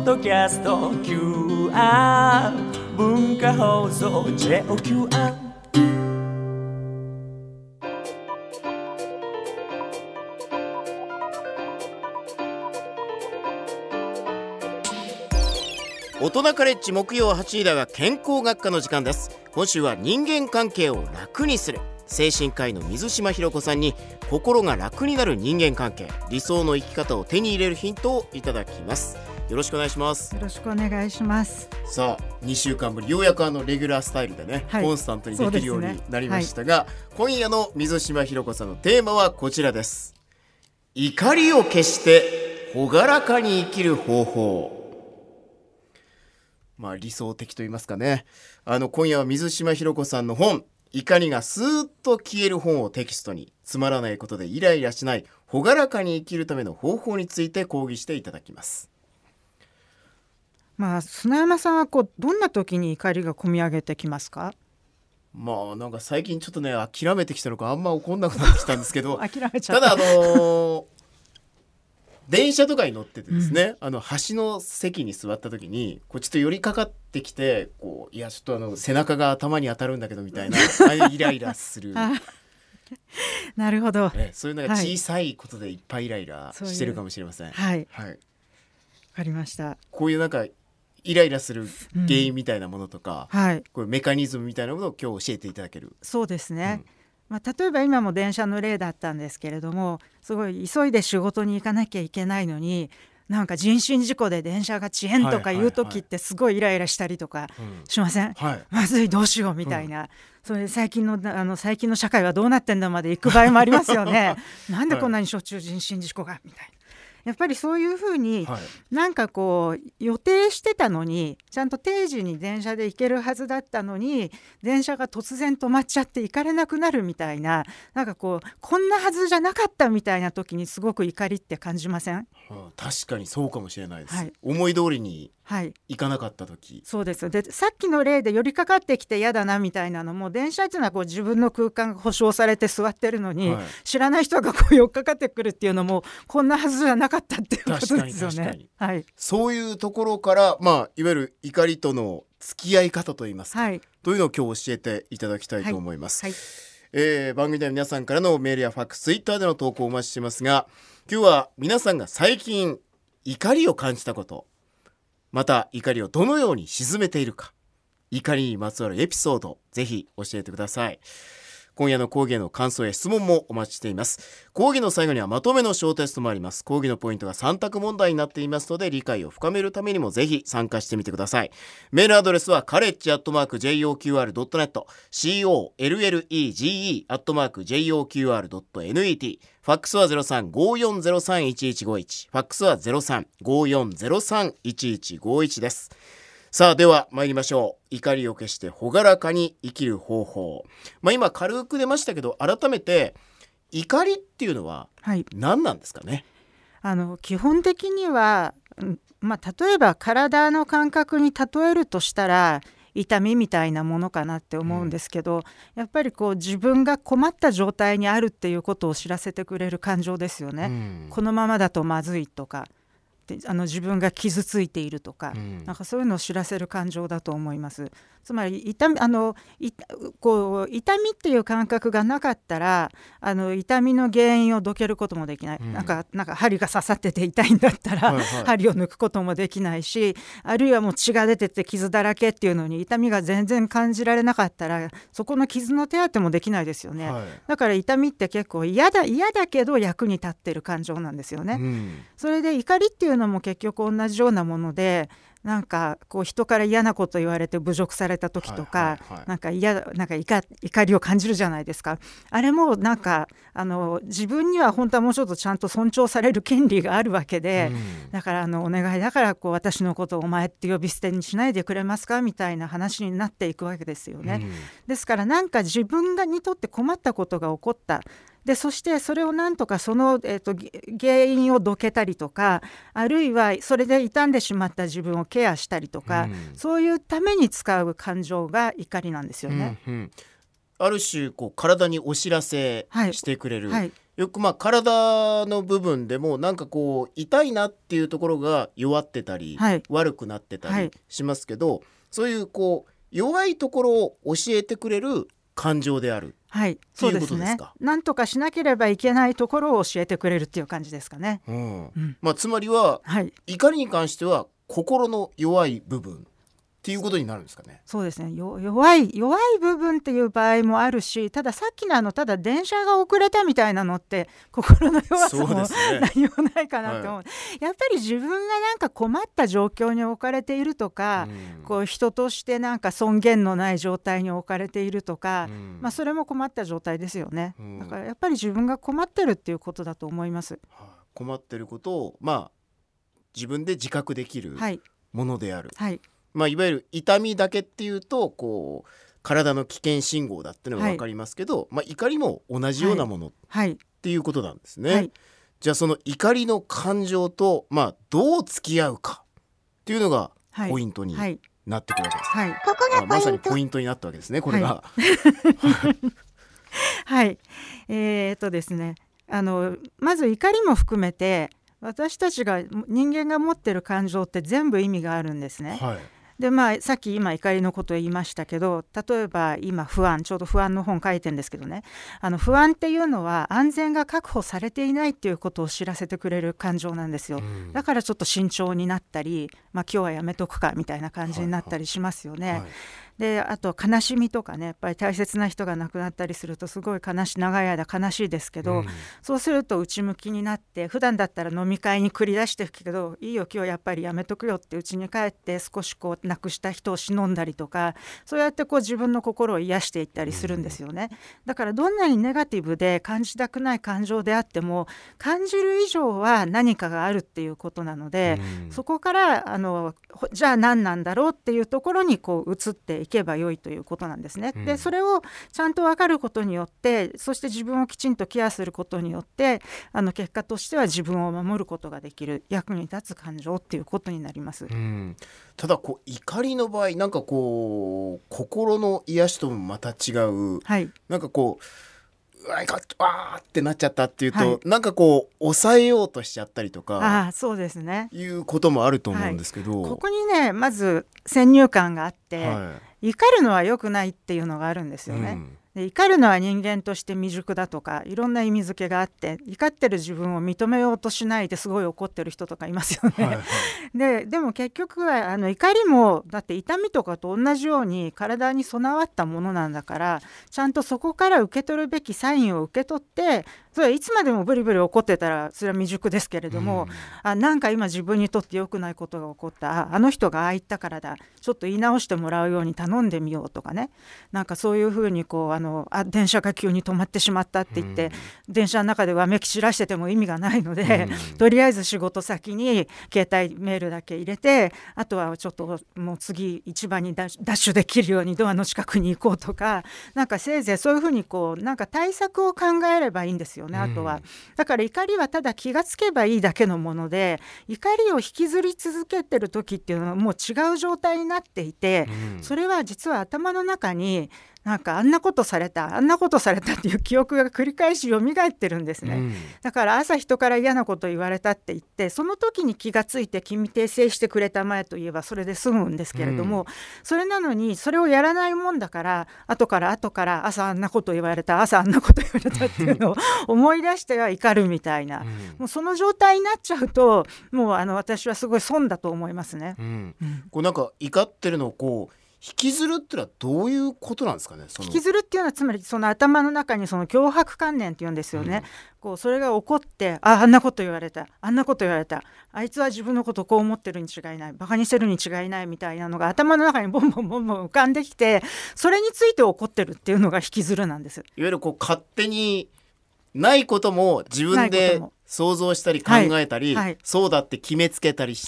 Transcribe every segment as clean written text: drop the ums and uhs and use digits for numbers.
ッドキャスト QR 文化放送 JOQR。 大人カレッジ木曜8時台は健康学科の時間です。今週は人間関係を楽にする精神科医の水島ひろ子さんに心が楽になる人間関係、理想の生き方を手に入れるヒントをいただきます。よろしくお願いします。 よろしくお願いします。 さあ2週間ぶり、ようやくレギュラースタイルでね、コンスタントにできるようになりましたが、今夜の水島ひろ子さんのテーマはこちらです。怒りを消して朗らかに生きる方法。理想的と言いますかね。今夜は水島ひろ子さんの本、怒りがスーッと消える本をテキストに、つまらないことでイライラしない朗らかに生きるための方法について講義していただきます。 砂山さんはどんな時に怒りがこみ上げてきますか？ なんか最近ちょっとね、諦めてきたのかあんま怒んなくなってきたんですけど諦めちゃった。 ただ電車とかに乗っててですね、端の席に座った時にちょっと寄りかかってきて、いやちょっと背中が頭に当たるんだけどみたいなイライラするなるほど、 そういうのが小さいことでいっぱいイライラしてるかもしれません。 わかりました。 こういうなんかイライラする原因みたいなものとか、こういうメカニズムみたいなものを今日教えていただける。 そうですね、例えば今も電車の例だったんですけれども、すごい急いで仕事に行かなきゃいけないのに、なんか人身事故で電車が遅延とかいう時ってすごいイライラしたりとかしません？まずい、どうしようみたいな、それで最近の社会はどうなってんだまで行く場合もありますよねなんでこんなにしょっちゅう人身事故がみたいな。やっぱりそういうふうに、なんか予定してたのに、ちゃんと定時に電車で行けるはずだったのに、電車が突然止まっちゃって行かれなくなるみたいな、なんかこんなはずじゃなかったみたいな時にすごく怒りって感じません？ 確かにそうかもしれないです、思い通りに行かなかった時、 そうです。でさっきの例で寄りかかってきて嫌だなみたいなのも、電車っていうのは自分の空間が保証されて座ってるのに、知らない人が寄っかかってくるっていうのもこんなはずじゃなかったっていうことですよね。 そういうところから、いわゆる怒りとの付き合い方といいますか、というのを今日教えていただきたいと思います。番組では皆さんからのメールやファックス、ツイッターでの投稿をお待ちしていますが、今日は皆さんが最近怒りを感じたこと、また怒りをどのように鎮めているか、怒りにまつわるエピソード、ぜひ教えてください。今夜の講義への感想や質問もお待ちしています。講義の最後にはまとめの小テストもあります。講義のポイントが3択問題になっていますので、理解を深めるためにもぜひ参加してみてください。メールアドレスはcollege@joqr.net、 college@joqr.net、 ファックスは 0354031151、 ファックスは 0354031151 です。さあ、では参りましょう。怒りを消して朗らかに生きる方法。今軽く出ましたけど、改めて怒りっていうのは何なんですかね？ 基本的には、例えば体の感覚に例えるとしたら痛みみたいなものかなって思うんですけど、やっぱり自分が困った状態にあるっていうことを知らせてくれる感情ですよね。このままだとまずいとか、自分が傷ついているとか、なんかそういうのを知らせる感情だと思います。つまり痛みっていう感覚がなかったら、痛みの原因をどけることもできない、なんか針が刺さってて痛いんだったら、針を抜くこともできないし、あるいはもう血が出てて傷だらけっていうのに痛みが全然感じられなかったら、そこの傷の手当てもできないですよね。だから痛みって結構嫌だけど役に立ってる感情なんですよね。それで怒りっていうのも結局同じようなもので、なんか人から嫌なこと言われて侮辱された時とか、なんか怒りを感じるじゃないですか。あれもなんか自分には本当はもうちょっとちゃんと尊重される権利があるわけで、だからお願いだから私のことをお前って呼び捨てにしないでくれますかみたいな話になっていくわけですよね。ですからなんか自分にとって困ったことが起こった。でそしてそれをなんとかその、原因をどけたりとか、あるいはそれで傷んでしまった自分をケアしたりとか、そういうために使う感情が怒りなんですよね。 ある種体にお知らせしてくれる、 よく体の部分でもなんかこう痛いなっていうところが弱ってたり、はい、悪くなってたりしますけど、はい、そういうこう弱いところを教えてくれる感情である、 はい、そうですね。なんとかしなければいけないところを教えてくれるっていう感じですかね。 つまりは、はい、怒りに関しては心の弱い部分っていうことになるんですかね。 そうですね。弱い部分っていう場合もあるし、たださっきのただ電車が遅れたみたいなのって心の弱さも何もないかなと思う、はい、やっぱり自分がなんか困った状況に置かれているとか、こう人としてなんか尊厳のない状態に置かれているとか、それも困った状態ですよね。だからやっぱり自分が困ってるっていうことだと思います。 困ってることを自分で自覚できるものである、はいはい、いわゆる痛みだけっていうとこう体の危険信号だっていうのが分かりますけど、はい、怒りも同じようなものっていうことなんですね、はいはい、じゃあその怒りの感情と、どう付き合うかっていうのがポイントになってくるわけです、はいはい、ここがポイント、まさにポイントになったわけですねこれが、 はい、ですね、まず怒りも含めて私たちが人間が持ってる感情って全部意味があるんですね、はい、でさっき今怒りのことを言いましたけど、例えば今ちょうど不安の本書いてるんですけどね、不安っていうのは安全が確保されていないっていうことを知らせてくれる感情なんですよ、だからちょっと慎重になったり、今日はやめとくかみたいな感じになったりしますよね、はいはい、であと悲しみとかね、やっぱり大切な人が亡くなったりするとすごい長い間悲しいですけど、そうすると内向きになって、普段だったら飲み会に繰り出してるけど、いいよ今日やっぱりやめとくよって家に帰って少しこう亡くした人を偲んだりとか、そうやってこう自分の心を癒していったりするんですよね。だからどんなにネガティブで感じたくない感情であっても、感じる以上は何かがあるっていうことなので、そこからじゃあ何なんだろうっていうところにこう移っていけば良いということなんですね。でそれをちゃんと分かることによって、そして自分をきちんとケアすることによって結果としては自分を守ることができる、役に立つ感情っていうことになります。 ただこう怒りの場合、なんかこう心の癒しともまた違う、はい、なんかこうわーってなっちゃったっていうと、はい、なんかこう抑えようとしちゃったりとか、 そうですね、 いうこともあると思うんですけど、 ここにねまず先入観があって、怒るのは良くないっていうのがあるんですよね、で怒るのは人間として未熟だとかいろんな意味付けがあって、怒ってる自分を認めようとしないですごい怒ってる人とかいますよね、でも結局は怒りもだって痛みとかと同じように体に備わったものなんだから、ちゃんとそこから受け取るべきサインを受け取って、それはいつまでもブリブリ怒ってたらそれは未熟ですけれども、なんか今自分にとって良くないことが起こった、あの人がああ言ったからだ、ちょっと言い直してもらうように頼んでみようとかね、なんかそういうふうにこう電車が急に止まってしまったって言って、電車の中でわめき散らしてても意味がないので、とりあえず仕事先に携帯メールだけ入れて、あとはちょっともう次一番にダッシュできるようにドアの近くに行こうとか、なんかせいぜいそういうふうにこうなんか対策を考えればいいんですよね。あとはだから怒りはただ気がつけばいいだけのもので、怒りを引きずり続けてる時っていうのはもう違う状態になっていて、それは実は頭の中になんかあんなことされたっていう記憶が繰り返し蘇ってるんですね、だから朝人から嫌なこと言われたって言って、その時に気がついて君訂正してくれたまえと言えばそれで済むんですけれども、それなのにそれをやらないもんだから、後から朝あんなこと言われたっていうのを思い出しては怒るみたいな、もうその状態になっちゃうと、もう私はすごい損だと思いますね、 こうなんか怒ってるのをこう引きずるってのはどういうことなんですかね。 引きずるっていうのはつまりその頭の中にその脅迫観念っていうんですよね、こうそれが起こって、あんなこと言われた、あいつは自分のことこう思ってるに違いない、バカにしてるに違いないみたいなのが頭の中にボンボン浮かんできて、それについて怒ってるっていうのが引きずるなんです。いわゆるこう勝手にないことも自分で想像したり考えたり、そうだって決めつけたりして、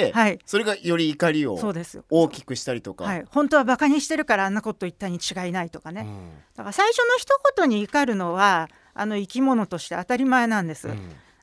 それがより怒りを大きくしたりとか、 本当はバカにしてるからあんなこと言ったに違いないとかね、だから最初の一言に怒るのは生き物として当たり前なんです、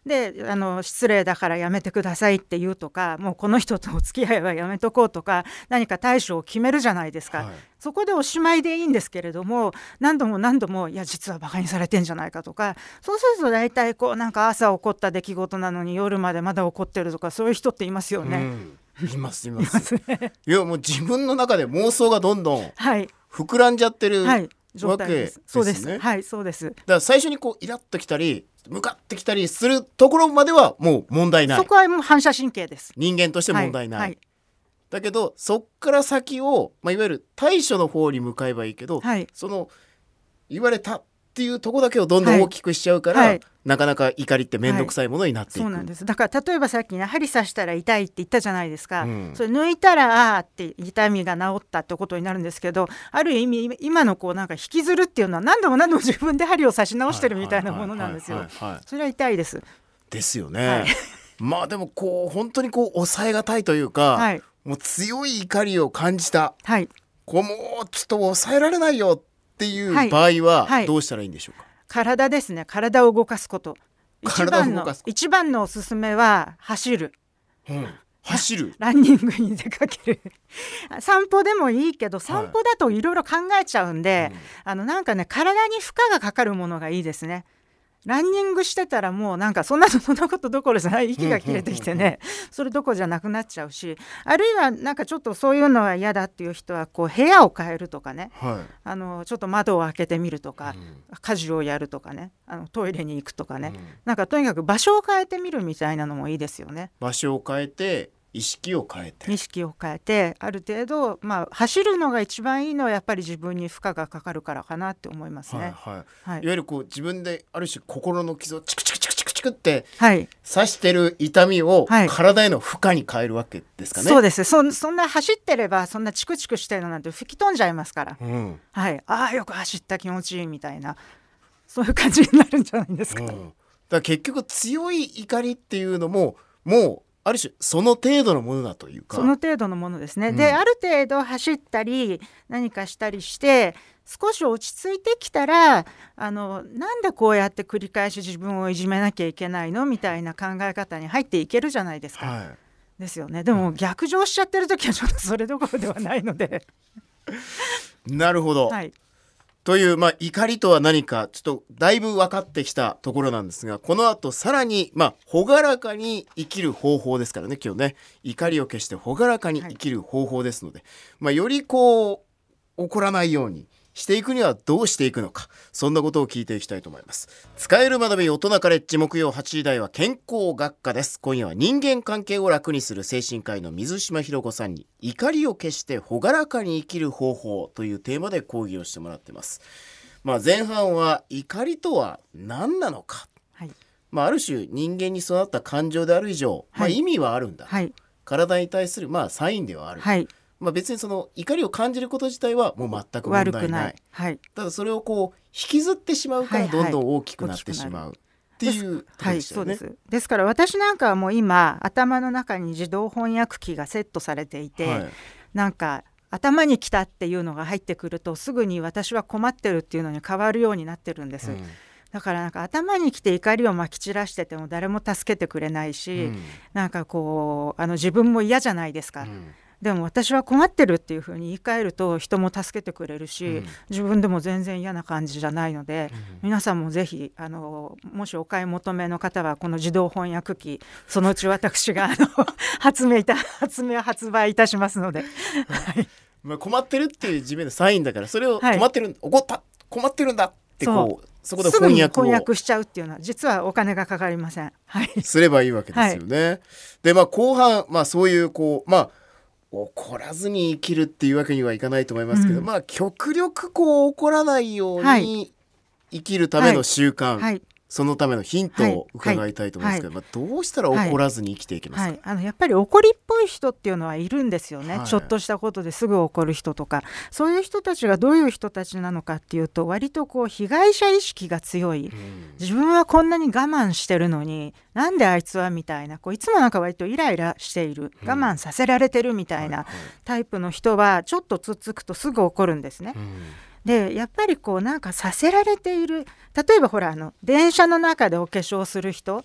で失礼だからやめてくださいって言うとか、もうこの人とお付き合いはやめとこうとか、何か対処を決めるじゃないですか、そこでおしまいでいいんですけれども、何度も何度もいや実はバカにされてんじゃないかとか、そうすると大体なんか朝起こった出来事なのに夜までまだ起こってるとか、そういう人っていますよね。 いますね。いやもう自分の中で妄想がどんどん膨らんじゃってる、わけですね。 そうです。はい、そうです。 だから最初にイラッときたり向かってきたりするところまではもう問題ない。 そこはもう反射神経です。 人間として問題ない。だけどそっから先を、いわゆる対処の方に向かえばいいけど、その言われたっていうとこだけをどんどん大きくしちゃうから、なかなか怒りって面倒くさいものになっていく、 そうなんです。だから例えばさっきね、針刺したら痛いって言ったじゃないですか、それ抜いたらって痛みが治ったってことになるんですけど、ある意味今のなんか引きずるっていうのは何度も何度も自分で針を刺し直してるみたいなものなんですよ。それは痛いですですよね、でも本当に抑えがたいというか、もう強い怒りを感じた、もうちょっと抑えられないよっていう場合はどうしたらいいんでしょうか。 体ですね。体を動かすこと。一番のおすすめは走る、 走るランニングに出かける散歩でもいいけど、散歩だといろいろ考えちゃうんで、なんかね、体に負荷がかかるものがいいですね。ランニングしてたらもうなんかそんなことどころじゃない、息が切れてきてね、それどころじゃなくなっちゃうし、あるいはなんかちょっとそういうのは嫌だっていう人は部屋を変えるとかね、ちょっと窓を開けてみるとか、家事をやるとかね、トイレに行くとかね、なんかとにかく場所を変えてみるみたいなのもいいですよね。 場所を変えて意識を変えてある程度、走るのが一番いいのはやっぱり自分に負荷がかかるからかなって思いますね。 いわゆる自分である種心の傷をチクチクチクチクチクって刺してる痛みを体への負荷に変えるわけですかね。 そうです。そんな走ってればそんなチクチクしてるのなんて吹き飛んじゃいますから、よく走った気持ちいいみたいな、そういう感じになるんじゃないですか。だから結局強い怒りっていうのももうある種その程度のものだというか、 その程度のものですね、である程度走ったり何かしたりして少し落ち着いてきたら、なんでこうやって繰り返し自分をいじめなきゃいけないのみたいな考え方に入っていけるじゃないですか、ですよね。でも逆上しちゃってる時はちょっとそれどころではないのでなるほど、という、怒りとは何かちょっとだいぶ分かってきたところなんですが、この後さらに朗らかに生きる方法ですからね、今日ね、怒りを消して朗らかに生きる方法ですので、より怒らないようにしていくにはどうしていくのか、そんなことを聞いていきたいと思います。使える学び大人カレッジ、木曜8時台は健康学科です。今夜は人間関係を楽にする精神科医の水島ひろ子さんに怒りを消して朗らかに生きる方法というテーマで講義をしてもらっています。前半は怒りとは何なのか、ある種人間に育った感情である以上、意味はあるんだ、体に対するサインではある、別にその怒りを感じること自体はもう全く問題ない、ただそれを引きずってしまうからどんどん大きくなってしまうっていうところでしたよね。 ですから私なんかはもう今頭の中に自動翻訳機がセットされていて、なんか頭に来たっていうのが入ってくるとすぐに私は困ってるっていうのに変わるようになってるんです、だからなんか頭に来て怒りをまき散らしてても誰も助けてくれないし、なんか自分も嫌じゃないですか、でも私は困ってるっていうふうに言い換えると人も助けてくれるし、自分でも全然嫌な感じじゃないので、皆さんもぜひもしお買い求めの方はこの自動翻訳機、そのうち私が発売いたしますので困ってるっていう自分のサインだから、それを困ってる、怒った困ってるんだってそこで翻訳しちゃうっていうのは実はお金がかかりません、 すればいいわけですよね、で後半そういう怒らずに生きるっていうわけにはいかないと思いますけど、極力怒らないように生きるための習慣、そのためのヒントを伺いたいと思いますけど、どうしたら怒らずに生きていけますか。 やっぱり怒りっぽい人っていうのはいるんですよね、ちょっとしたことですぐ怒る人とか、そういう人たちがどういう人たちなのかっていうと、割と被害者意識が強い、自分はこんなに我慢してるのになんであいつはみたいな、いつもなんか割とイライラしている、我慢させられてるみたいなタイプの人はちょっとつっつくとすぐ怒るんですね、でやっぱりなんかさせられている、例えば電車の中でお化粧する人、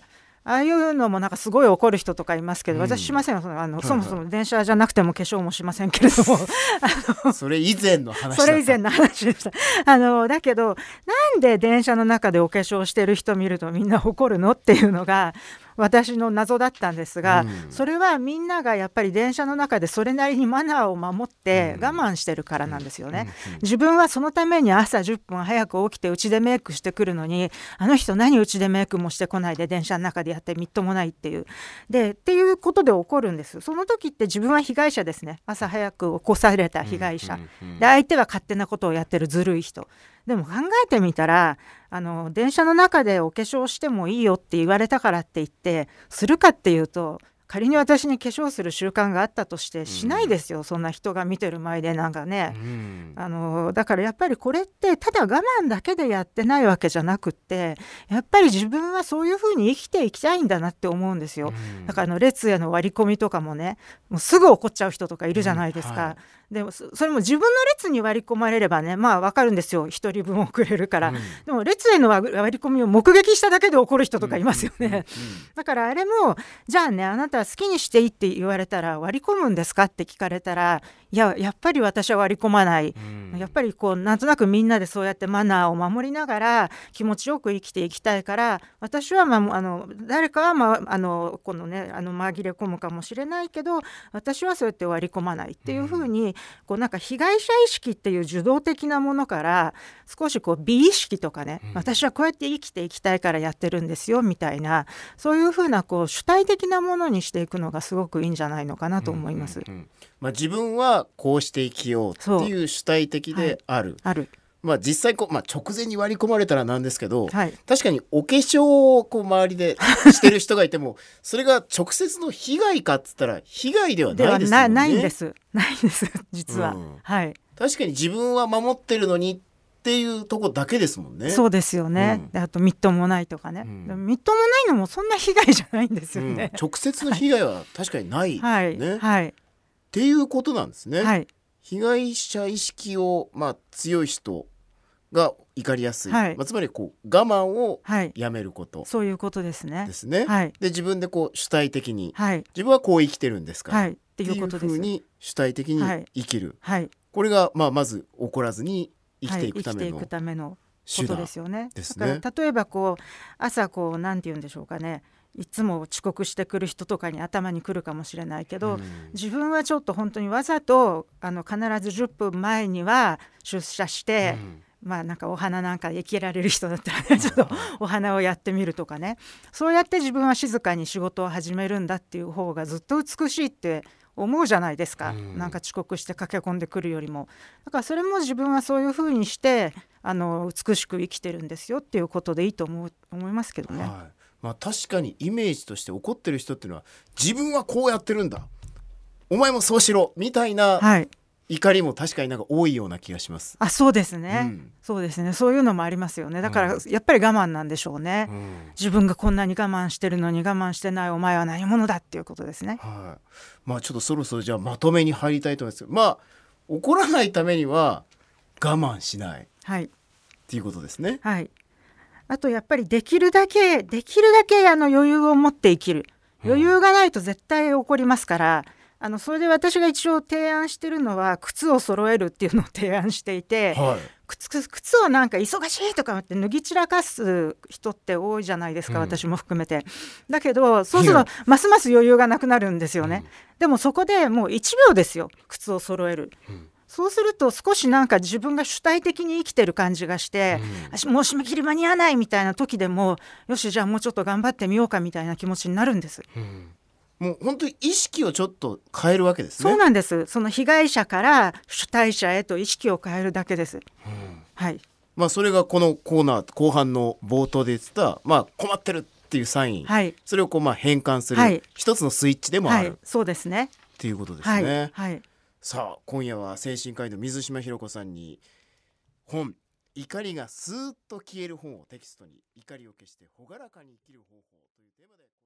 ああいうのもなんかすごい怒る人とかいますけど、私しませんよ。そもそも電車じゃなくても化粧もしませんけれどもそれ以前の話それ以前の話でしただけどなんで電車の中でお化粧してる人見るとみんな怒るのっていうのが私の謎だったんですが、それはみんながやっぱり電車の中でそれなりにマナーを守って我慢してるからなんですよね。自分はそのために朝10分早く起きて家でメイクしてくるのに、あの人何家でメイクもしてこないで電車の中でやってみっともないっていうことで怒るんです。その時って自分は被害者ですね。朝早く起こされた被害者で、相手は勝手なことをやってるずるい人でも考えてみたら電車の中でお化粧してもいいよって言われたからって言ってするかっていうと、仮に私に化粧する習慣があったとしてしないですよ、そんな人が見てる前でなんかね、だからやっぱりこれってただ我慢だけでやってないわけじゃなくって、やっぱり自分はそういうふうに生きていきたいんだなって思うんですよ。だから列への割り込みとかもね、もうすぐ怒っちゃう人とかいるじゃないですか、でもそれも自分の列に割り込まれればね、まあ分かるんですよ、一人分遅れるから、でも列への割り込みを目撃しただけで怒る人とかいますよね、だからあれもじゃあね、あなたは好きにしていいって言われたら割り込むんですかって聞かれたら、やっぱり私は割り込まない、やっぱりなんとなくみんなでそうやってマナーを守りながら気持ちよく生きていきたいから、私は、誰かは、このね紛れ込むかもしれないけど、私はそうやって割り込まないっていうふうに、なんか被害者意識っていう受動的なものから少し美意識とかね、私はこうやって生きていきたいからやってるんですよみたいな、そういうふうな主体的なものにしていくのがすごくいいんじゃないのかなと思います。 自分はこうして生きようっていう主体的である。実際直前に割り込まれたらなんですけど、確かにお化粧を周りでしてる人がいてもそれが直接の被害かっつったら被害ではないですよね。 ないんです実は、 確かに自分は守ってるのにっていうとこだけですもんね。 そうですよね、であとみっともないとかね、みっともないのもそんな被害じゃないんですよね、 直接の被害は確かにない、っていうことなんですね、被害者意識を、強い人が怒りやすい、つまり我慢をやめること、 そういうことですね。 で自分で主体的に、自分はこう生きてるんですから、っていうふうに主体的に生きる、これが、まず怒らずに生きていくためのことですよね。だから例えば朝なんて言うんでしょうかね、いつも遅刻してくる人とかに頭にくるかもしれないけど、自分はちょっと本当にわざと必ず10分前には出社して、なんかお花なんか生きられる人だったらね、ちょっとお花をやってみるとかね、そうやって自分は静かに仕事を始めるんだっていう方がずっと美しいって思うじゃないですか、なんか遅刻して駆け込んでくるよりも。だからそれも自分はそういうふうにして美しく生きてるんですよっていうことでいいと思いますけどね。 確かにイメージとして怒ってる人っていうのは自分はこうやってるんだ、お前もそうしろみたいな、怒りも確かになんか多いような気がします。 そうですね、そうですね、そういうのもありますよね。だからやっぱり我慢なんでしょうね、自分がこんなに我慢してるのに我慢してないお前は何者だっていうことですね。 ちょっとそろそろじゃあまとめに入りたいと思います。怒らないためには我慢しない、っていうことですね。 あとやっぱりできるだけ余裕を持って生きる。余裕がないと絶対起こりますから、それで私が一応提案してるのは靴を揃えるっていうのを提案していて、靴をなんか忙しいとかって脱ぎ散らかす人って多いじゃないですか、私も含めて。だけどそうするとますます余裕がなくなるんですよね、でもそこでもう1秒ですよ、靴を揃える、そうすると少しなんか自分が主体的に生きてる感じがして、もう締め切り間に合わないみたいな時でも、よしじゃあもうちょっと頑張ってみようかみたいな気持ちになるんです、 もう本当に意識をちょっと変えるわけですね。 そうなんです。その被害者から主体者へと意識を変えるだけです、 それがこのコーナー後半の冒頭で言ってた、困ってるっていうサイン、それを変換する、一つのスイッチでもある、 そうですねっていうことですね。さあ今夜は精神科医の水島ひろ子さんに本怒りがスーッと消える本をテキストに、怒りを消して朗らかに生きる方法というテーマで